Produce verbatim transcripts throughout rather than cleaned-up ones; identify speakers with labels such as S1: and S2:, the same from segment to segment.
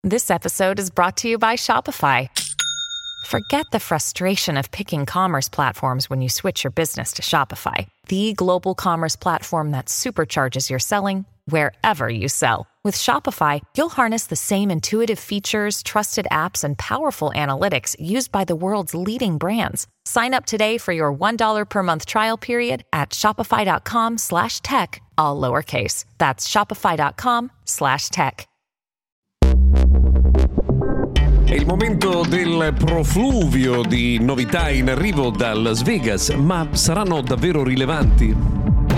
S1: This episode is brought to you by Shopify. Forget the frustration of picking commerce platforms when you switch your business to Shopify, the global commerce platform that supercharges your selling wherever you sell. With Shopify, you'll harness the same intuitive features, trusted apps, and powerful analytics used by the world's leading brands. Sign up today for your one dollar per month trial period at shopify.com slash tech, all lowercase. That's shopify.com slash tech.
S2: È il momento del profluvio di novità in arrivo da Las Vegas, ma saranno davvero rilevanti?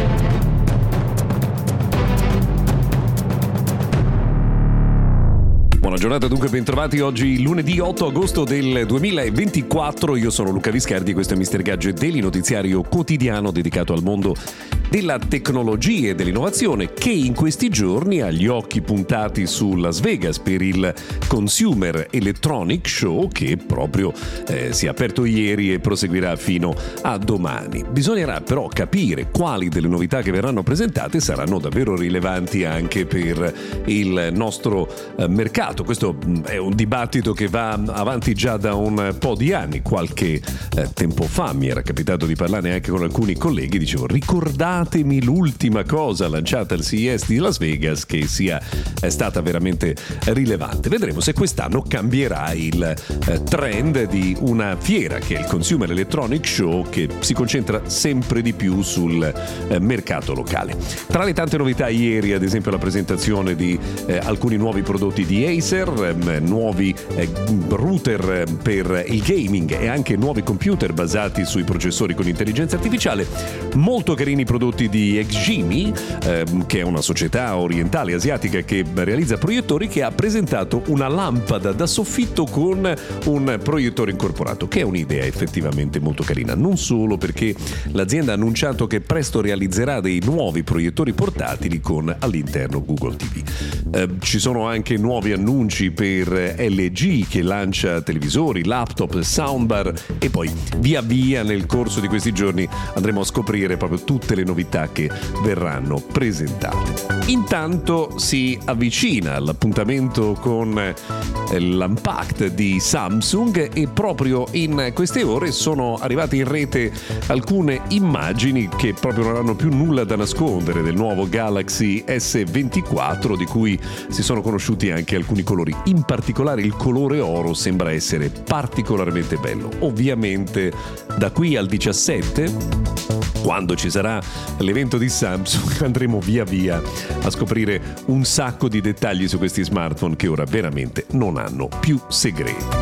S2: Buona giornata, dunque bentrovati. Oggi lunedì otto agosto del duemilaventiquattro, io sono Luca Viscardi e questo è mister Gadget Daily, notiziario quotidiano dedicato al mondo della tecnologia e dell'innovazione, che in questi giorni ha gli occhi puntati su Las Vegas per il Consumer Electronic Show, che proprio eh, si è aperto ieri e proseguirà fino a domani. Bisognerà però capire quali delle novità che verranno presentate saranno davvero rilevanti anche per il nostro eh, mercato. Questo è un dibattito che va avanti già da un po' di anni. Qualche eh, tempo fa mi era capitato di parlarne anche con alcuni colleghi, dicevo: ricordate Datemi l'ultima cosa lanciata al C E S di Las Vegas che sia è stata veramente rilevante. Vedremo se quest'anno cambierà il eh, trend di una fiera che è il Consumer Electronic Show, che si concentra sempre di più sul eh, mercato locale. Tra le tante novità ieri, ad esempio, la presentazione di eh, alcuni nuovi prodotti di Acer, eh, nuovi eh, router per il gaming e anche nuovi computer basati sui processori con intelligenza artificiale, molto carini prodotti di Xgimi, ehm, che è una società orientale asiatica che realizza proiettori, che ha presentato una lampada da soffitto con un proiettore incorporato, che è un'idea effettivamente molto carina, non solo perché l'azienda ha annunciato che presto realizzerà dei nuovi proiettori portatili con all'interno Google T V. Eh, ci sono anche nuovi annunci per L G, che lancia televisori, laptop, soundbar, e poi via via nel corso di questi giorni andremo a scoprire proprio tutte le novità che verranno presentate. Intanto si avvicina l'appuntamento con l'Unpacked di Samsung e proprio in queste ore sono arrivate in rete alcune immagini che proprio non hanno più nulla da nascondere del nuovo Galaxy S ventiquattro, di cui si sono conosciuti anche alcuni colori. In particolare il colore oro sembra essere particolarmente bello. Ovviamente da qui al diciassette, quando ci sarà l'evento di Samsung, andremo via via a scoprire un sacco di dettagli su questi smartphone che ora veramente non hanno più segreti.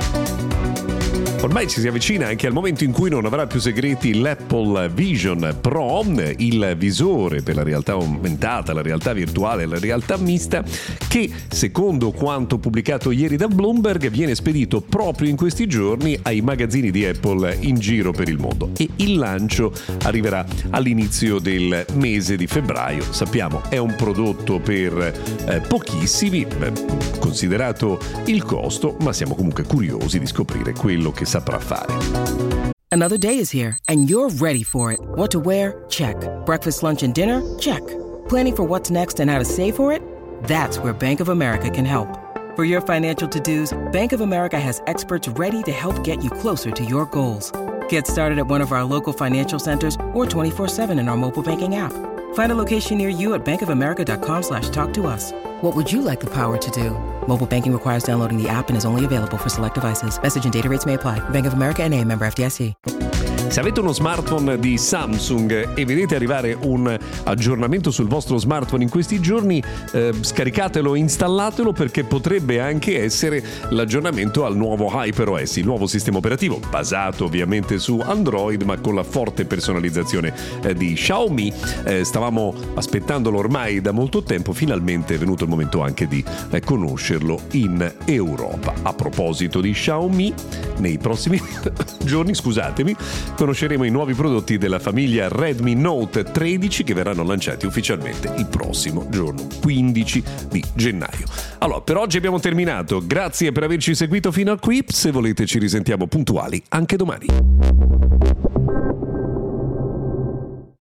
S2: Ormai ci si avvicina anche al momento in cui non avrà più segreti l'Apple Vision Pro, il visore per la realtà aumentata, la realtà virtuale, la realtà mista, che secondo quanto pubblicato ieri da Bloomberg viene spedito proprio in questi giorni ai magazzini di Apple in giro per il mondo, e il lancio arriverà all'inizio del mese di febbraio. Sappiamo è un prodotto per eh, pochissimi, beh, considerato il costo, ma siamo comunque curiosi di scoprire quello che saprà fare.
S3: Another day is here, and you're ready for it. What to wear? Check. Breakfast, lunch, and dinner? Check. Planning for what's next and how to save for it? That's where Bank of America can help. For your financial to-dos, Bank of America has experts ready to help get you closer to your goals. Get started at one of our local financial centers or twenty-four seven in our mobile banking app. Find a location near you at bankofamerica.com slash talk to us. What would you like the power to do? Mobile banking requires downloading the app and is only available for select devices. Message and data rates may apply. Bank of America N A, member F D I C.
S2: Se avete uno smartphone di Samsung e vedete arrivare un aggiornamento sul vostro smartphone in questi giorni, eh, scaricatelo, installatelo, perché potrebbe anche essere l'aggiornamento al nuovo HyperOS, il nuovo sistema operativo basato ovviamente su Android, ma con la forte personalizzazione eh, di Xiaomi. Eh, stavamo aspettandolo ormai da molto tempo, finalmente è venuto il momento anche di eh, conoscerlo in Europa. A proposito di Xiaomi, nei prossimi giorni, scusatemi, conosceremo i nuovi prodotti della famiglia Redmi Note tredici, che verranno lanciati ufficialmente il prossimo giorno quindici di gennaio. Allora, per oggi abbiamo terminato. Grazie per averci seguito fino a qui. Se volete ci risentiamo puntuali anche domani.